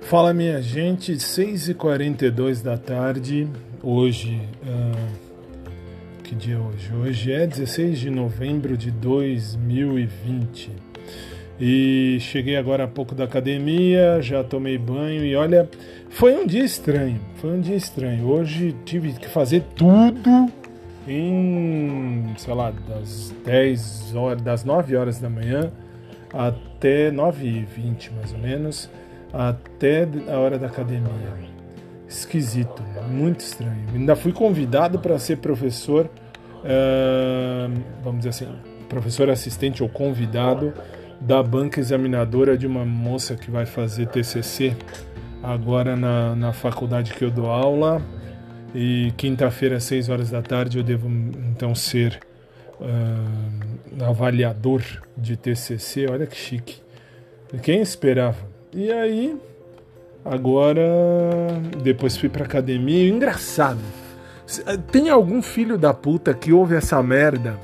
Fala, minha gente, 6h42 da tarde, hoje, que dia é hoje? Hoje é 16 de novembro de 2020 e cheguei agora há pouco da academia, já tomei banho e olha, foi um dia estranho, hoje tive que fazer tudo em, sei lá, das 9 horas da manhã até 9h20 mais ou menos, até a hora da academia. Esquisito, muito estranho. Ainda fui convidado para ser professor, vamos dizer assim, professor assistente ou convidado da banca examinadora de uma moça que vai fazer TCC agora na faculdade que eu dou aula. E quinta-feira, às 6 horas da tarde, eu devo então ser avaliador de TCC. Olha que chique. Quem esperava? E aí, agora, depois fui pra academia. Engraçado, tem algum filho da puta que ouve essa merda?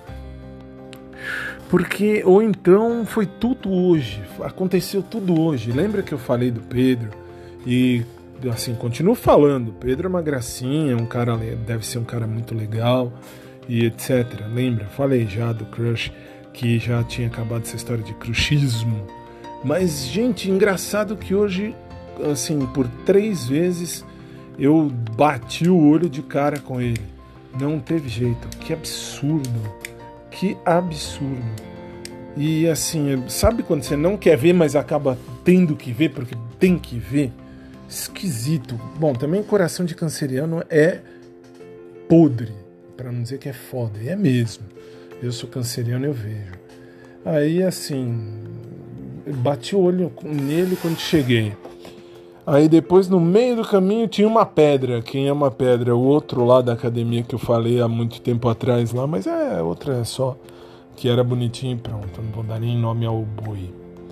Porque, ou então, foi tudo hoje, aconteceu tudo hoje. Lembra que eu falei do Pedro? E, assim, continuo falando, Pedro é uma gracinha, um cara, deve ser um cara muito legal, e etc. Lembra? Falei já do crush, que já tinha acabado essa história de crushismo. Mas, gente, engraçado que hoje, assim, por 3 vezes eu bati o olho de cara com ele. Não teve jeito. Que absurdo. Que absurdo. E, assim, sabe quando você não quer ver, mas acaba tendo que ver porque tem que ver? Esquisito. Bom, também o coração de canceriano é podre, para não dizer que é foda. E é mesmo. Eu sou canceriano, eu vejo. Aí, assim, bati o olho nele quando cheguei. Aí depois, no meio do caminho, tinha uma pedra. Quem é uma pedra? O outro lá da academia que eu falei há muito tempo atrás lá, mas outra só, que era bonitinho e pronto. Não vou dar nem nome ao boi.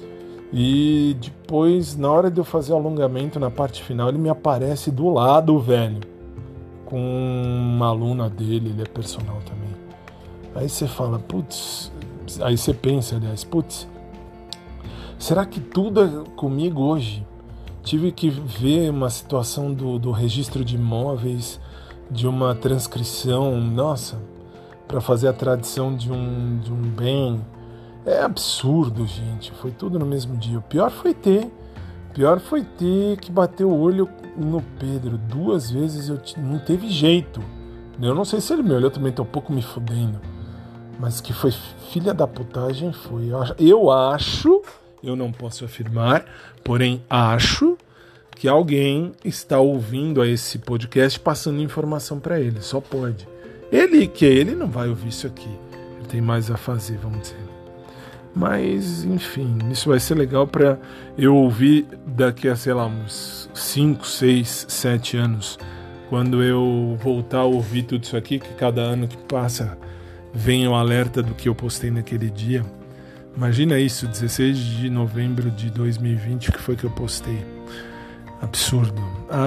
E depois, na hora de eu fazer o alongamento, na parte final, ele me aparece do lado, velho, com uma aluna dele, ele é personal também. Aí você fala, putz, aí você pensa, aliás, putz, será que tudo é comigo hoje? Tive que ver uma situação do registro de imóveis, de uma transcrição, nossa, para fazer a tradição de um bem. É absurdo, gente. Foi tudo no mesmo dia. O pior foi ter que bater o olho no Pedro. 2 vezes não teve jeito. Eu não sei se ele me olhou, também tô um pouco me fudendo. Mas que foi filha da putagem, foi. Eu acho, eu não posso afirmar, porém acho que alguém está ouvindo a esse podcast passando informação para ele. Só pode. Ele não vai ouvir isso aqui. Ele tem mais a fazer, vamos dizer. Mas, enfim, isso vai ser legal para eu ouvir daqui a, sei lá, uns 5, 6, 7 anos, quando eu voltar a ouvir tudo isso aqui, que cada ano que passa vem o alerta do que eu postei naquele dia. Imagina isso, 16 de novembro de 2020, que foi que eu postei. Absurdo.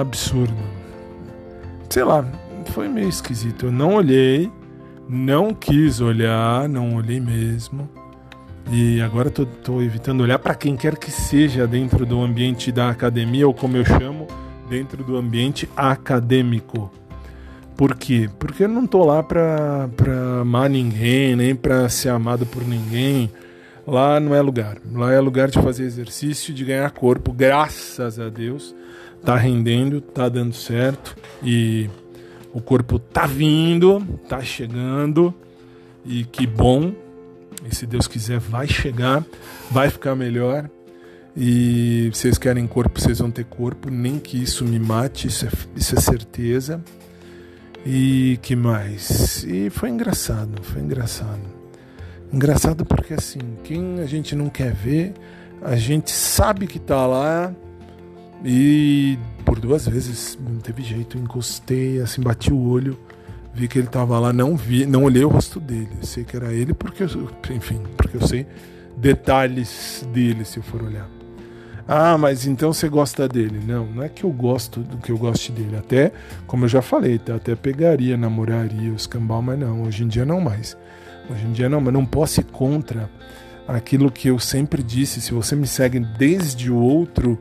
Sei lá, foi meio esquisito. Eu não olhei, não quis olhar, não olhei mesmo. E agora tô evitando olhar para quem quer que seja dentro do ambiente da academia, ou como eu chamo, dentro do ambiente acadêmico. Por quê? Porque eu não tô lá para amar ninguém, nem para ser amado por ninguém. Lá não é lugar. Lá é lugar de fazer exercício, de ganhar corpo. Graças a Deus, tá rendendo, tá dando certo. E o corpo tá vindo, tá chegando. E que bom. E se Deus quiser, vai chegar, vai ficar melhor. E vocês querem corpo, vocês vão ter corpo. Nem que isso me mate, isso é certeza. E que mais? E foi engraçado. Engraçado porque, assim, quem a gente não quer ver, a gente sabe que tá lá. E por 2 vezes não teve jeito, encostei, assim, bati o olho. Vi que ele estava lá, não olhei o rosto dele. Eu sei que era ele porque eu sei detalhes dele se eu for olhar. Ah, mas então você gosta dele? Não é que eu gosto do que eu goste dele. Até, como eu já falei, até pegaria, namoraria os cambal, mas não, hoje em dia não mais. Hoje em dia não, mas não posso ir contra aquilo que eu sempre disse. Se você me segue desde o outro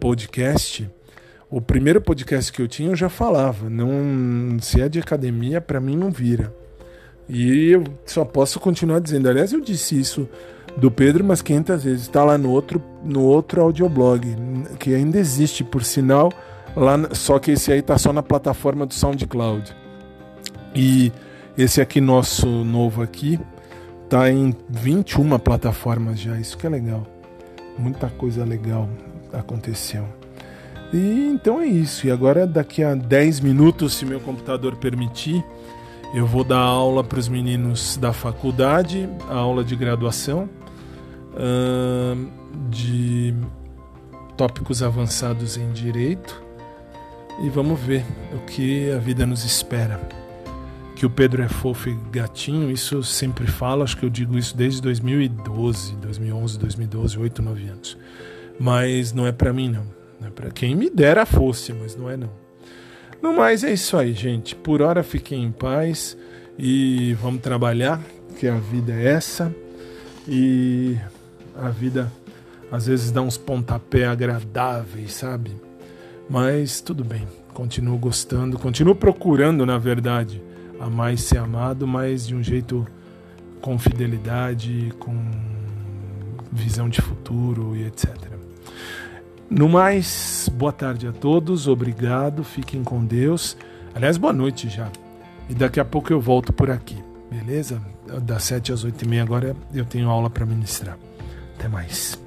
podcast, o primeiro podcast que eu tinha eu já falava, não, se é de academia, para mim não vira. E eu só posso continuar dizendo. Aliás, eu disse isso do Pedro umas 500 vezes. Está lá no outro audioblog, que ainda existe, por sinal, lá, só que esse aí está só na plataforma do SoundCloud. E esse aqui, nosso novo aqui, está em 21 plataformas já. Isso que é legal. Muita coisa legal aconteceu. E então é isso. E agora, daqui a 10 minutos, se meu computador permitir, eu vou dar aula para os meninos da faculdade, a aula de graduação, de tópicos avançados em direito, e vamos ver o que a vida nos espera. Que o Pedro é fofo e gatinho, isso eu sempre falo, acho que eu digo isso desde 2011, 8, 9 anos. Mas não é para mim, não. Não é para quem me dera fosse, mas não é não. No mais, é isso aí, gente. Por hora, fiquem em paz e vamos trabalhar, que a vida é essa. E a vida, às vezes, dá uns pontapés agradáveis, sabe? Mas tudo bem. Continuo gostando, continuo procurando, na verdade, amar e ser amado, mas de um jeito com fidelidade, com visão de futuro e etc. No mais, boa tarde a todos, obrigado, fiquem com Deus. Aliás, boa noite já. E daqui a pouco eu volto por aqui, beleza? Das 7 às 8h30 agora eu tenho aula para ministrar. Até mais.